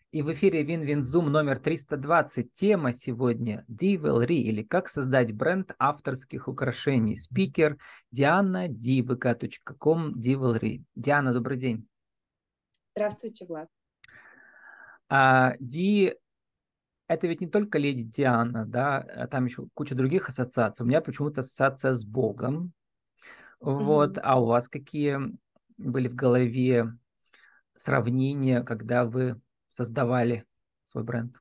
И в эфире Вин-Вин-Зум номер 320. Тема сегодня Jewelry или как создать бренд авторских украшений. Спикер Диана dvk.com Jewelry. Диана, добрый день. Здравствуйте, Влад. Ди это ведь не только леди Диана, да, там еще куча других ассоциаций. У меня почему-то ассоциация с Богом. Вот, Мгм. а у вас какие были в голове сравнения, когда вы создавали свой бренд?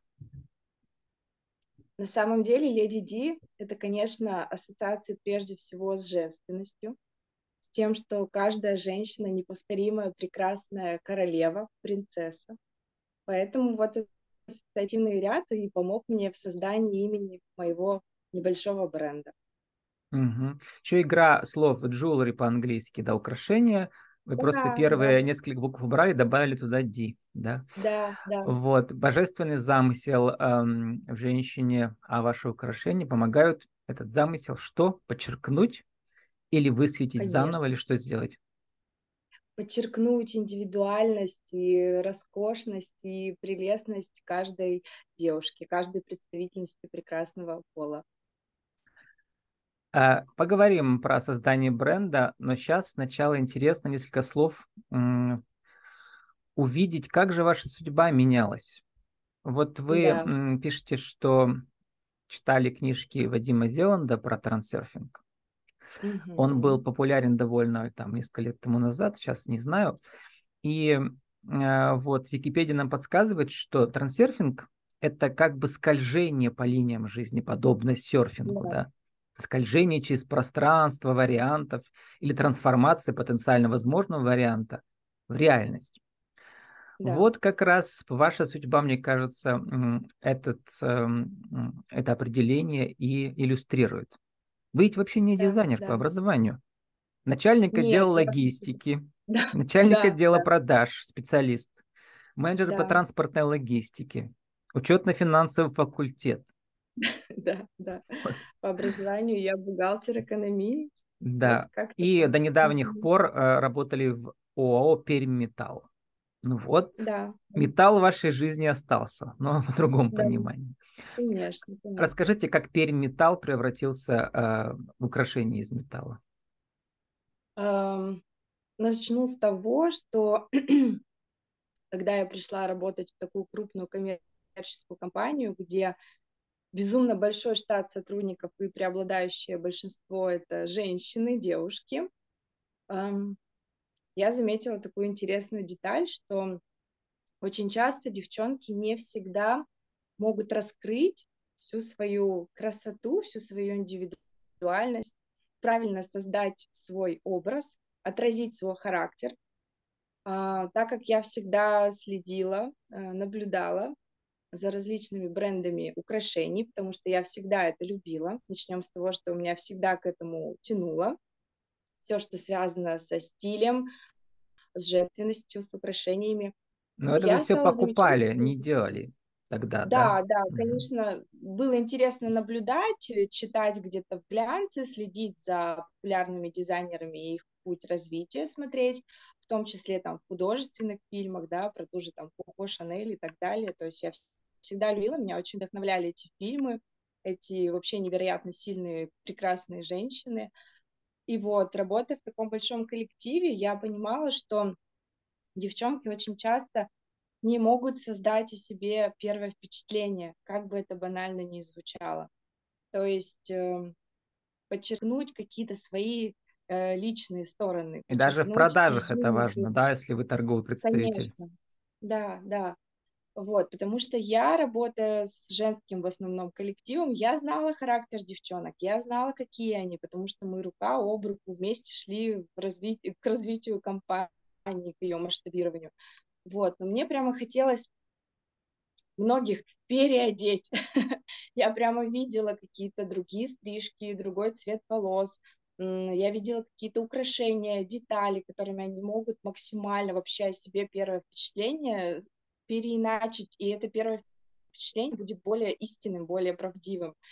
На самом деле, Леди Ди — это, конечно, ассоциации прежде всего с женственностью, с тем, что каждая женщина — неповторимая, прекрасная королева, принцесса. Поэтому вот этот ассоциативный ряд и помог мне в создании имени моего небольшого бренда. Мгм. Еще игра слов jewelry по-английски, да, украшения. Вы просто Да, да, первые несколько букв убрали, добавили туда D, да. да, да, Вот, божественный замысел в женщине, а ваши украшения помогают этот замысел что? Подчеркнуть или высветить заново, или конечно. что сделать? Подчеркнуть индивидуальность и роскошность и прелестность каждой девушки, каждой представительности прекрасного пола. Поговорим про создание бренда, но сейчас сначала интересно несколько слов увидеть, как же ваша судьба менялась. Вот вы Да. пишете, что читали книжки Вадима Зеланда про трансерфинг. Он был Мгм. популярен довольно там несколько лет тому назад, сейчас не знаю. И вот Википедия нам подсказывает, что трансерфинг — это как бы скольжение по линиям жизни, подобно серфингу, Да, да? Скольжение через пространство вариантов или трансформация потенциально возможного варианта в реальность. да, Вот как раз ваша судьба, мне кажется, это определение и иллюстрирует. Вы ведь вообще не да, дизайнер по да. образованию. Начальник отдела Нет, я логистики, да, начальник да, отдела да, продаж, специалист, менеджер по да, транспортной логистике, учетно-финансовый факультет. да, да. По образованию я бухгалтер-экономист. Вот Да. как-то И так. до недавних Мгм. пор работали в ОАО «Пермметалл». Ну вот, Да, да, металл в вашей жизни остался, но в другом да, понимании. конечно, конечно. Расскажите, как Пермметалл превратился в украшение из металла. Ам, Начну с того, что когда я пришла работать в такую крупную коммерческую компанию, где безумно большой штат сотрудников и преобладающее большинство — это женщины, девушки, ам, я заметила такую интересную деталь, что очень часто девчонки не всегда могут раскрыть всю свою красоту, всю свою индивидуальность, правильно создать свой образ, отразить свой характер. Так как я всегда следила, наблюдала за различными брендами украшений, потому что я всегда это любила. Начнем с того, что меня всегда к этому тянуло. Все, что связано со стилем, с женственностью, с украшениями. Но это вы Я все стала замечать, покупали, что не делали тогда, да? да, да, Мгм. конечно, было интересно наблюдать, читать где-то в глянце, следить за популярными дизайнерами и их путь развития смотреть, в том числе там в художественных фильмах, да, про ту же там Коко Шанель и так далее. То есть я всегда любила, меня очень вдохновляли эти фильмы, эти вообще невероятно сильные, прекрасные женщины. И вот, работая в таком большом коллективе, я понимала, что девчонки очень часто не могут создать о себе первое впечатление, как бы это банально ни звучало. То есть подчеркнуть какие-то свои личные стороны, И даже в подчеркнуть продажах это важно, изюминку, да, если вы торговый представитель. конечно. Да, да. Вот, потому что я, работая с женским в основном коллективом, я знала характер девчонок, я знала, какие они, потому что мы рука об руку вместе шли к развитию компании, к ее масштабированию. Вот, но мне прямо хотелось многих переодеть. Я прямо видела какие-то другие стрижки, другой цвет волос. Я видела какие-то украшения, детали, которыми они могут максимально вообще о себе первое впечатление переиначить, и это первое впечатление будет более истинным, более правдивым.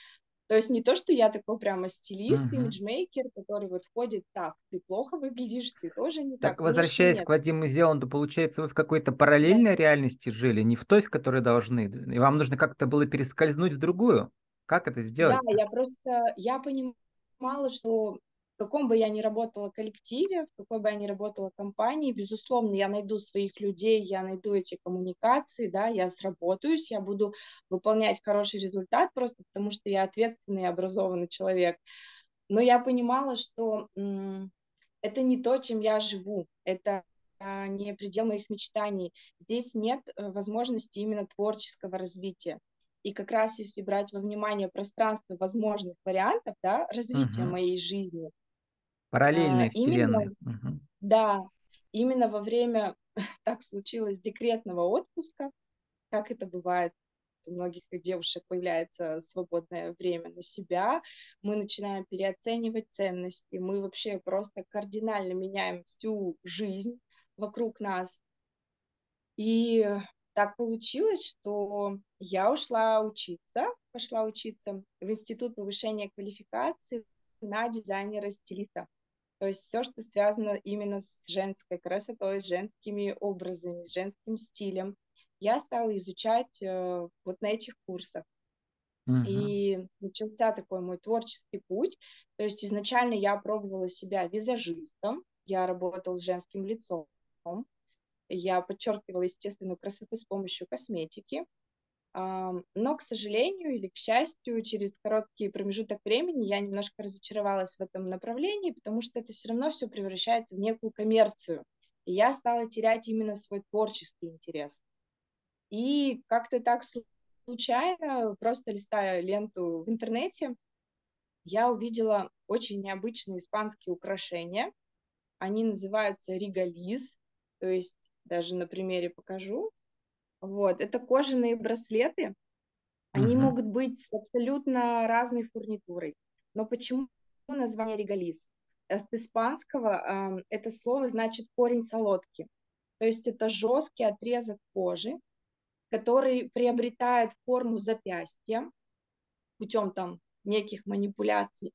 То есть не то, что я такой прямо стилист, Мгм. имиджмейкер, который вот ходит так, ты плохо выглядишь, ты тоже не так. Так, Конечно, возвращаясь нет. к Вадиму Зеланду, получается, вы в какой-то Да, параллельной реальности жили, не в той, в которой должны, и вам нужно как-то было перескользнуть в другую? Как это да, сделать-то? я понимала, что в каком бы я ни работала коллективе, в какой бы я ни работала компании, безусловно, я найду своих людей, я найду эти коммуникации, да, я сработаюсь, я буду выполнять хороший результат просто потому, что я ответственный и образованный человек. Но я понимала, что это не то, чем я живу, это не предел моих мечтаний. Здесь нет возможности именно творческого развития. И как раз если брать во внимание пространство возможных вариантов, да, развития Мгм. моей жизни, Параллельные вселенные. именно, Мгм. да, именно во время, так случилось, декретного отпуска, как это бывает, у многих девушек появляется свободное время на себя, мы начинаем переоценивать ценности, мы вообще просто кардинально меняем всю жизнь вокруг нас. И так получилось, что я пошла учиться в Институт повышения квалификации на дизайнера-стилиста. То есть все, что связано именно с женской красотой, с женскими образами, с женским стилем, я стала изучать вот на этих курсах. Мгм. И начался такой мой творческий путь. То есть изначально я пробовала себя визажистом, я работала с женским лицом, я подчеркивала естественную красоту с помощью косметики. Но, к сожалению или к счастью, через короткий промежуток времени я немножко разочаровалась в этом направлении, потому что это все равно все превращается в некую коммерцию. И я стала терять именно свой творческий интерес. И как-то так случайно, просто листая ленту в интернете, я увидела очень необычные испанские украшения. Они называются ригалис, то есть даже на примере покажу. Вот, это кожаные браслеты, они Мгм. могут быть с абсолютно разной фурнитурой. Но почему название регалис? С испанского это слово значит корень солодки. То есть это жесткий отрезок кожи, который приобретает форму запястья путем там неких манипуляций.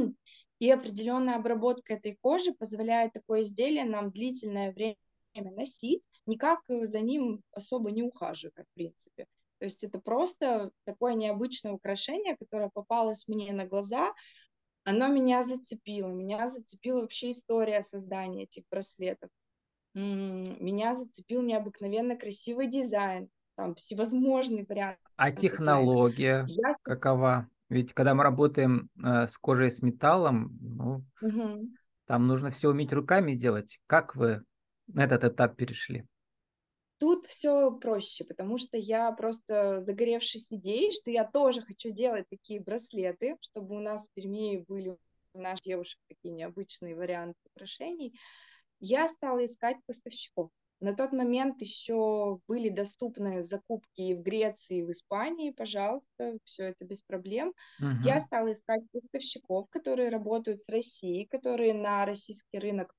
И определенная обработка этой кожи позволяет такое изделие нам длительное время носить, никак за ним особо не ухаживая, в принципе. То есть это просто такое необычное украшение, которое попалось мне на глаза, оно меня зацепила вообще история создания этих браслетов. Меня зацепил необыкновенно красивый дизайн, там всевозможные варианты А дизайна. технология Я... какова? Ведь когда мы работаем с кожей, с металлом, ну, Мгм. там нужно все уметь руками делать. Как вы на этот этап перешли? Тут все проще, потому что я просто загоревшись идеей, что я тоже хочу делать такие браслеты, чтобы у нас в Перми были у наших девушек такие необычные варианты украшений. Я стала искать поставщиков. На тот момент еще были доступны закупки и в Греции, и в Испании, пожалуйста, все это без проблем. Я Мгм. стала искать поставщиков, которые работают с Россией, которые на российский рынок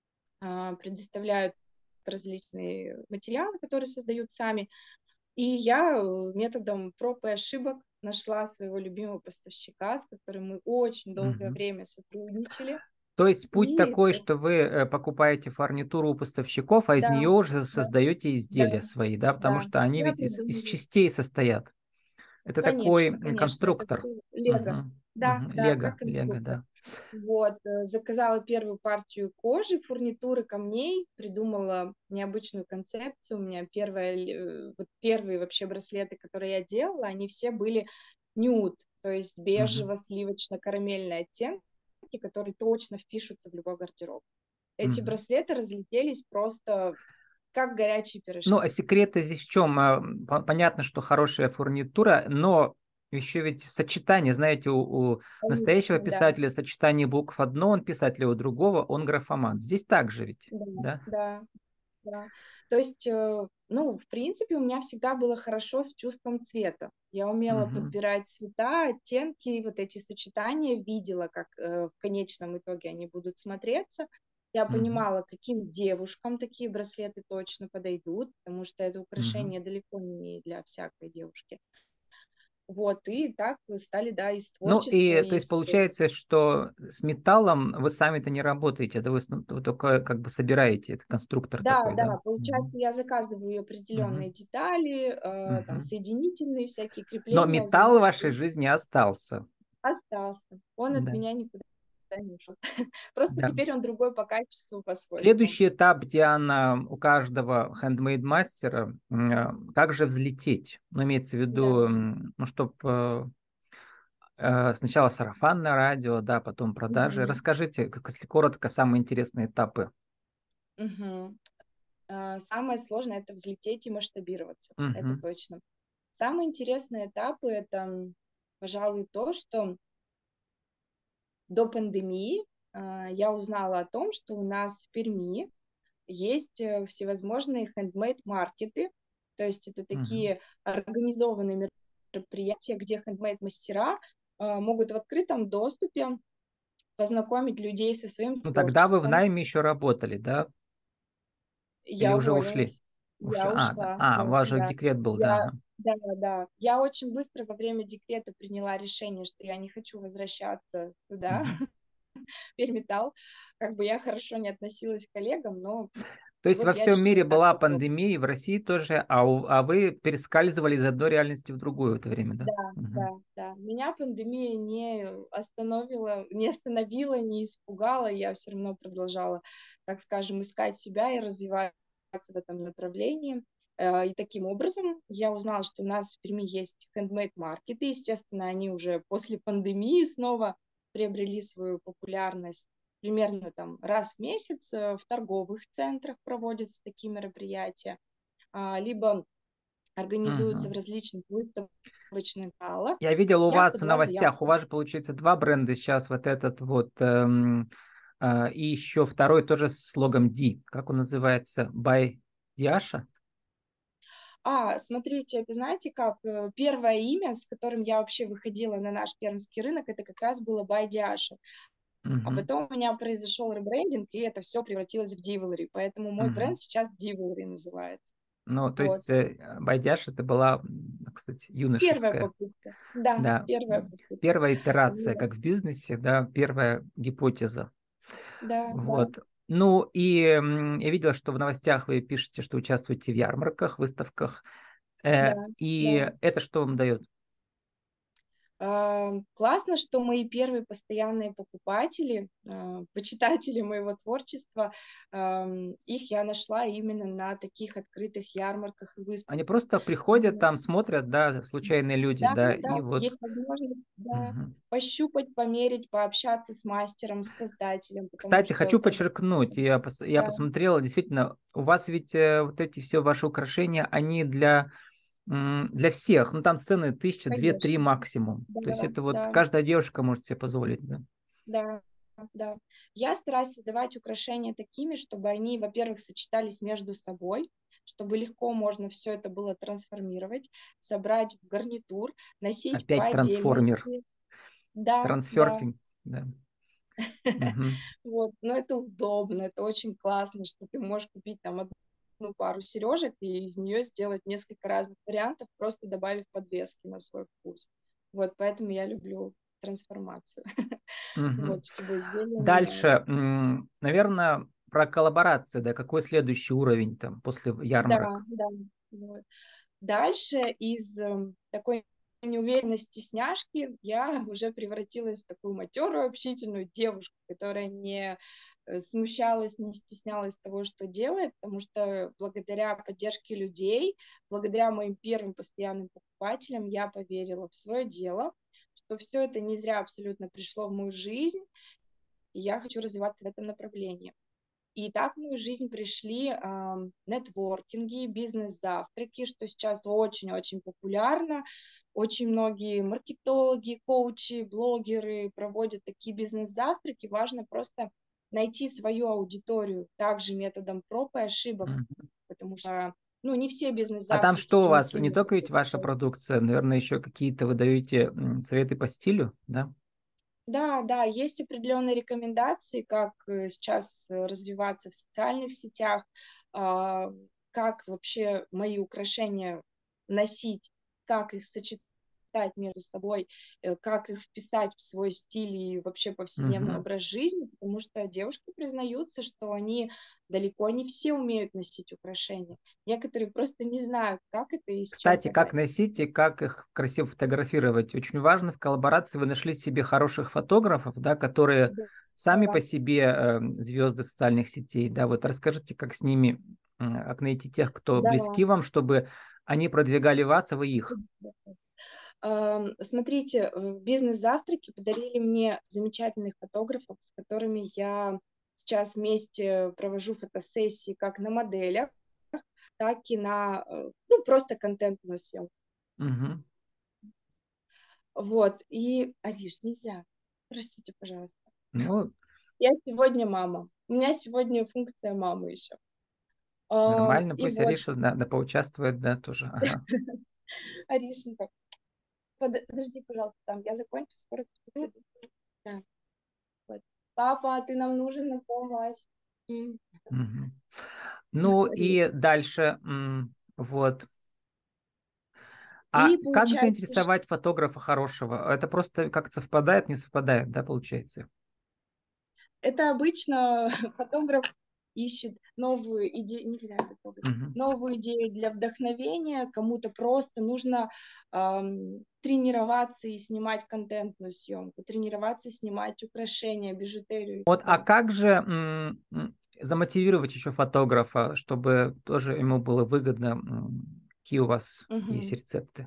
предоставляют различные материалы, которые создают сами. И я методом проб и ошибок нашла своего любимого поставщика, с которым мы очень долгое Мгм. время сотрудничали. То есть путь И такой, что вы покупаете фурнитуру у поставщиков, а из да, нее уже да, создаете да, изделия свои, да, потому да, что они я ведь из придумываю. частей состоят. Это такой Конечно, конечно, это конструктор. всё лего. Мгм. Да, Мгм. да, Лего, как Лего, конструктор. да. Вот, заказала первую партию кожи, фурнитуры, камней, придумала необычную концепцию. У меня вот первые вообще браслеты, которые я делала, они все были нюд, то есть Мгм. бежево-сливочно-карамельные оттенки, которые точно впишутся в любой гардероб. Эти Мгм. браслеты разлетелись просто как горячие Ну, а пирожки. секрет здесь в чем? Понятно, что хорошая фурнитура, но еще ведь сочетание, знаете, у настоящего Конечно, да. писателя сочетание букв одно, он писатель, а у другого он графоман. Здесь так же ведь, Да, да? да, да. То есть, ну, в принципе, у меня всегда было хорошо с чувством цвета. Я умела Мгм. подбирать цвета, оттенки, вот эти сочетания, видела, как в конечном итоге они будут смотреться. Я Мгм. понимала, каким девушкам такие браслеты точно подойдут, потому что это Мгм. украшение далеко не для всякой девушки. Вот, и так стали, да, из Ну творчества, и то есть из... получается, что с металлом вы сами-то не работаете, да вы только как бы собираете, это конструктор Да, такой, да? да, получается, Мгм. я заказываю определенные Мгм. детали, там, Мгм. соединительные всякие Но крепления, металл в вашей заучки. жизни остался. Остался. Он от Да, меня никуда не ушел. Просто да. теперь он другой по качеству, по свойствам. Следующий этап, Диана, у каждого хендмейд-мастера, как же взлететь? Ну, имеется в Да. виду, ну, чтобы сначала сарафанное радио, да, потом продажи. Мгм. Расскажите, если коротко, самые интересные этапы. Мгм. Самое сложное — это взлететь и масштабироваться, это Мгм. точно. Самые интересные этапы — это, пожалуй, то, что до пандемии я узнала о том, что у нас в Перми есть всевозможные хендмейд-маркеты, то есть это Мгм. такие организованные мероприятия, где хендмейд-мастера могут в открытом доступе познакомить людей со своим Ну, тогда вы в творчеством. найме еще работали, да? Или Я уже ушли? уволилась, Ушли. я Да. ушла, У вот, вас же да. декрет был, да. Я, Ага. да, да. Я очень быстро во время декрета приняла решение, что я не хочу возвращаться туда, Мгм. в Перметал. Как бы я хорошо не относилась к коллегам, но То есть вот во я всем решила мире так была попробовать. пандемия, и в России тоже, а вы перескальзывали из одной реальности в другую в это время, да? Да, да, Мгм. да. Меня пандемия не остановила, не испугала. Я все равно продолжала, так скажем, искать себя и развиваться в этом направлении. И таким образом я узнала, что у нас в Перми есть хендмейд-маркеты. Естественно, они уже после пандемии снова приобрели свою популярность. Примерно там раз в месяц в торговых центрах проводятся такие мероприятия, либо организуются в Мгм. различных выставочных залах. Я видел у Я вас в подала новостях, у заявку. вас же получается два бренда сейчас, вот этот вот, и еще второй тоже с слогом D. Как он называется? By Диаша? Смотрите, это знаете как, первое имя, с которым я вообще выходила на наш пермский рынок, это как раз было Байдиаша. А Мгм. потом у меня произошел ребрендинг, и это все превратилось в Дивелри. Поэтому мой Мгм. бренд сейчас Дивелри называется. Ну, то Вот. есть Байдяш это была, кстати, Первая юношеская, попытка. Да, да, первая попытка. первая итерация, Вот. как в бизнесе, да, первая гипотеза. Да, да, Вот. Ну и я видел, что в новостях вы пишете, что участвуете в ярмарках, выставках. да, да. И это что вам дает? Классно, что мои первые постоянные покупатели, почитатели моего творчества, их я нашла именно на таких открытых ярмарках и Они выставках. просто приходят М, там, смотрят, да, случайные люди, Да, да, да, и вот. есть возможность, да, Мгм. пощупать, померить, пообщаться с мастером, с создателем, потому Кстати, что хочу подчеркнуть, я да, посмотрел, действительно, у вас ведь вот эти все ваши украшения, они для всех. Ну, там цены тысяча, две, три конечно, максимум. То есть да, это вот да. каждая девушка может себе позволить, да. Да, да. Я стараюсь создавать украшения такими, чтобы они, во-первых, сочетались между собой, чтобы легко можно все это было трансформировать, собрать в гарнитур, носить по Опять трансформер, отдельности. Да, да. трансерфинг, да. Мгм. Вот. Но это удобно, это очень классно, что ты можешь купить там одну пару сережек и из нее сделать несколько разных вариантов, просто добавив подвески на свой вкус. Вот, поэтому я люблю трансформацию. Мгм. Вот, чтобы изделие менялось. Дальше, наверное, про коллаборации, да, какой следующий уровень там после Да, ярмарок? да. Вот. Дальше из такой неуверенности стесняшки я уже превратилась в такую матерую, общительную девушку, которая не смущалась, не стеснялась того, что делает, потому что благодаря поддержке людей, благодаря моим первым постоянным покупателям я поверила в свое дело, что все это не зря абсолютно пришло в мою жизнь, и я хочу развиваться в этом направлении. И так в мою жизнь пришли нетворкинги, бизнес-завтраки, что сейчас очень-очень популярно. Очень многие маркетологи, коучи, блогеры проводят такие бизнес-завтраки. Важно просто найти свою аудиторию также методом проб и ошибок, Мгм. потому что ну, не все А там бизнес-завтраки что у вас? Не принесли мне только ведь какой-то ваша профит. продукция, наверное, еще какие-то вы даете советы по стилю, да? Да, да, есть определенные рекомендации, как сейчас развиваться в социальных сетях, а, как вообще мои украшения носить, как их сочетать сочетать между собой, как их вписать в свой стиль и вообще повседневный Мгм. образ жизни, потому что девушки признаются, что они далеко не все умеют носить украшения. Некоторые просто не знают, как это и с чем Кстати, как подать. носить и как их красиво фотографировать. Очень важно в коллаборации вы нашли себе хороших фотографов, да, которые Да, сами по себе звезды социальных сетей. Да, вот расскажите, как с ними, как найти тех, кто да. близки вам, чтобы они продвигали вас, а вы их. Смотрите, в бизнес-завтраке подарили мне замечательных фотографов, с которыми я сейчас вместе провожу фотосессии как на моделях, так и на, ну, просто контентную съемку. Мгм. Вот, и, Ариш, нельзя, простите, пожалуйста. Ну, Я сегодня мама, у меня сегодня функция мамы еще. нормально, И пусть вот, Ариша, да, да, поучаствует, да, тоже. Ага. Аришенька, подожди, пожалуйста, там, я закончу, скоро приду. Да, вот. Папа, ты нам нужен на помощь. Мгм. Ну Ариш. и дальше, вот. А И как получается, что заинтересовать фотографа хорошего? Это просто как совпадает, не совпадает, да, получается? это обычно фотограф ищет новую идею, нельзя это трогать, Мгм. новую идею для вдохновения, кому-то просто нужно тренироваться и снимать контентную съемку, тренироваться снимать украшения, бижутерию и Вот, так а далее. как же замотивировать еще фотографа, чтобы тоже ему было выгодно? Какие у вас есть Мгм. рецепты?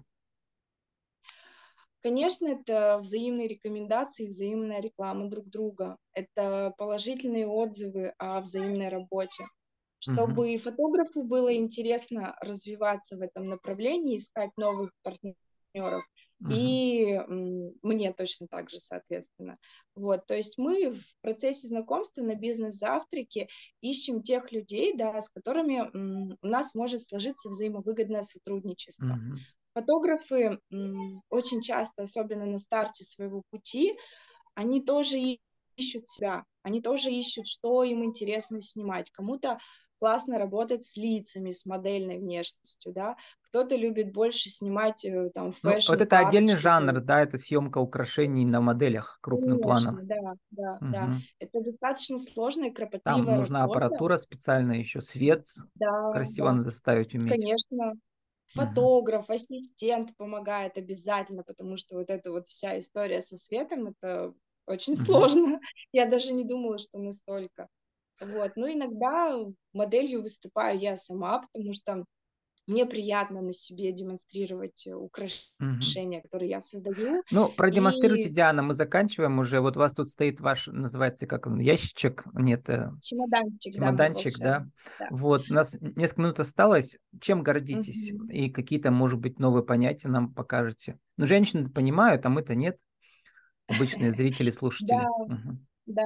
Конечно, это взаимные рекомендации, взаимная реклама друг друга. Это положительные отзывы о взаимной работе. Мгм. Чтобы и фотографу было интересно развиваться в этом направлении, искать новых партнеров, Мгм. и мне точно так же, соответственно. Вот, то есть мы в процессе знакомства на бизнес-завтраке ищем тех людей, да, с которыми у нас может сложиться взаимовыгодное сотрудничество. Мгм. Фотографы очень часто, особенно на старте своего пути, они тоже ищут себя, они тоже ищут, что им интересно снимать. Кому-то классно работать с лицами, с модельной внешностью, да, кто-то любит больше снимать там Ну, вот это фэшн-парт, отдельный что-то. жанр, да, это съемка украшений на моделях крупным Конечно, планом. да, да, да. Мгм. Это достаточно сложная и Там кропотливая нужна работа. аппаратура специальная, еще свет Да, красиво да. надо ставить уметь. Конечно, Мгм. фотограф, ассистент помогает обязательно, потому что вот эта вот вся история со светом — это очень Мгм. сложно. Я даже не думала, что настолько. Вот. Но иногда моделью выступаю я сама, потому что мне приятно на себе демонстрировать Мгм. украшения, которые я создаю. Ну, продемонстрируйте, И Диана, мы заканчиваем уже. Вот у вас тут стоит ваш, называется, как он, ящичек? Нет, чемоданчик, да, мой чемоданчик, да? волшебный. Да. Вот, у нас несколько минут осталось. Чем гордитесь? Мгм. И какие-то, может быть, новые понятия нам покажете? Ну, женщины понимают, а мы-то нет. Обычные зрители, Да, слушатели. Мгм. да.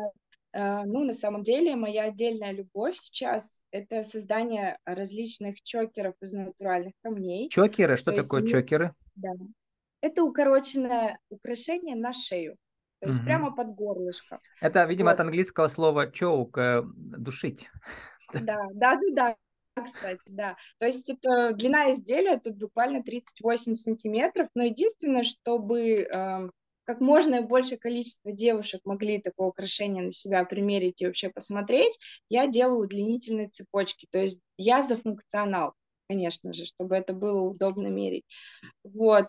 Ну, на самом деле, моя отдельная любовь сейчас — это создание различных чокеров из натуральных камней. Чокеры? Что То есть такое они, чокеры? да, это укороченное украшение на шею, то есть Мгм. прямо под горлышко. Это, видимо, от Вот, английского слова choke, душить. да, да-да-да, кстати, да. То есть это длина изделия тут буквально 38 сантиметров, но единственное, чтобы как можно большее количество девушек могли такое украшение на себя примерить и вообще посмотреть, я делаю удлинительные цепочки. То есть я за функционал, конечно же, чтобы это было удобно мерить. Вот.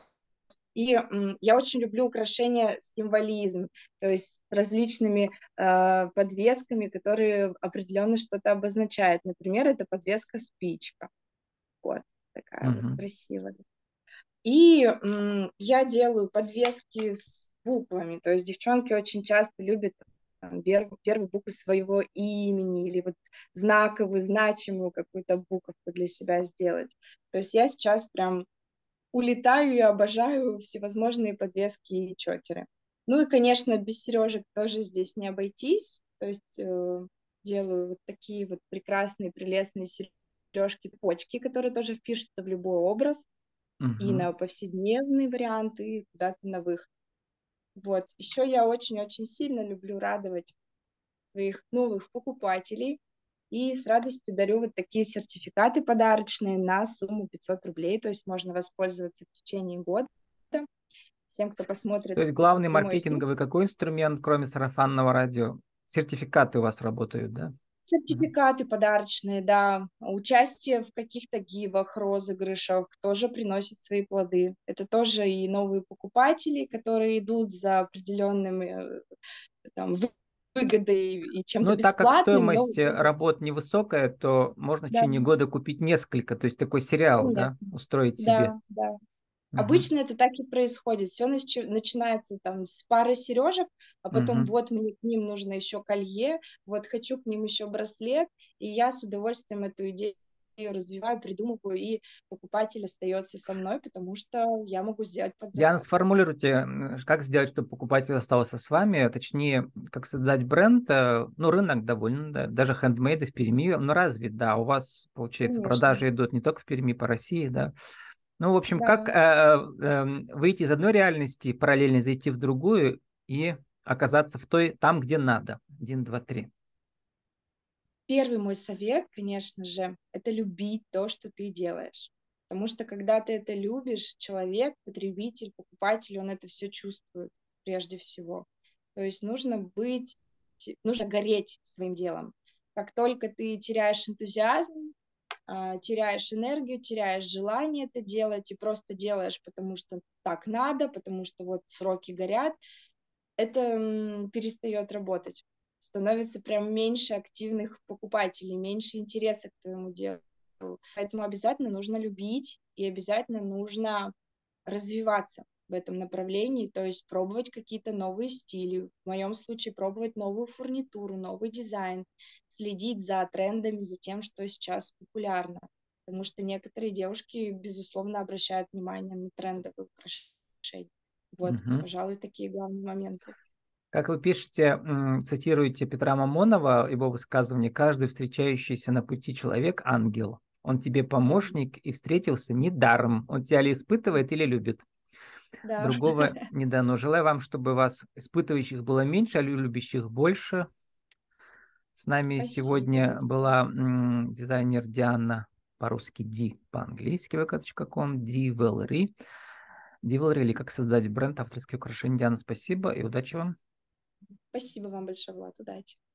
И я очень люблю украшения символизм, то есть с различными подвесками, которые определенно что-то обозначают. Например, это подвеска спичка. Вот такая вот Мгм. красивая. И я делаю подвески с буквами. То есть девчонки очень часто любят там, первую букву своего имени или вот знаковую, значимую какую-то буковку для себя сделать. То есть я сейчас прям улетаю и обожаю всевозможные подвески и чокеры. Ну и, конечно, без сережек тоже здесь не обойтись. То есть делаю вот такие вот прекрасные, прелестные сережки, почки, которые тоже впишутся в любой образ, и Мгм. на повседневный вариант, и куда-то на выход. Вот. Еще я очень-очень сильно люблю радовать своих новых покупателей. И с радостью дарю вот такие сертификаты подарочные на сумму 500 рублей, то есть можно воспользоваться в течение года. всем, кто То посмотрит есть этот главный прямой эфир. маркетинговый какой инструмент, кроме сарафанного радио? Сертификаты у вас работают, да? Мгм. Сертификаты подарочные, да, участие в каких-то гивах, розыгрышах тоже приносит свои плоды. Это тоже и новые покупатели, которые идут за определенным там, выгодой и чем-то Ну, так как бесплатным, но стоимость работ невысокая, то можно в да, течение года купить несколько, то есть такой сериал, да, конечно, устроить себе. да, да. Мгм. Обычно это так и происходит. Все начинается там с пары сережек, а потом Мгм. вот мне к ним нужно еще колье, вот хочу к ним еще браслет, и я с удовольствием эту идею развиваю, придумываю, и покупатель остается со мной, потому что я могу сделать Диана, подзаказ. сформулируйте, как сделать, чтобы покупатель остался с вами, точнее, как создать бренд. Ну, рынок довольно, да, даже хендмейды в Перми, ну, развит, да, у вас, получается, Конечно, продажи идут не только в Перми, по России, да. Ну, в общем, как да. выйти из одной реальности, параллельно зайти в другую и оказаться в той, там, где надо. Один, два, три. Первый мой совет, конечно же, это любить то, что ты делаешь. Потому что когда ты это любишь, человек, потребитель, покупатель, он это все чувствует прежде всего. То есть нужно гореть своим делом. Как только ты теряешь энтузиазм, теряешь энергию, теряешь желание это делать и просто делаешь, потому что так надо, потому что вот сроки горят, это перестает работать. Становится прям меньше активных покупателей, меньше интереса к твоему делу. Поэтому обязательно нужно любить и обязательно нужно развиваться в этом направлении, то есть пробовать какие-то новые стили, в моем случае пробовать новую фурнитуру, новый дизайн, следить за трендами, за тем, что сейчас популярно. Потому что некоторые девушки, безусловно, обращают внимание на трендовые украшения. Вот, Мгм. пожалуй, такие главные моменты. Как вы пишете, цитируете Петра Мамонова, его высказывание: «Каждый встречающийся на пути человек– ангел. Он тебе Да, помощник и встретился недаром. Он тебя или испытывает, или любит. да, Другого не дано. Желаю вам, чтобы вас испытывающих было меньше, а любящих больше. С нами спасибо сегодня большое. была дизайнер Диана, по-русски Ди, по-английски vk.com, Ди Велри. Ди Велри, или как создать бренд авторских украшений. Диана, спасибо и удачи вам. Спасибо вам большое, Влад, удачи.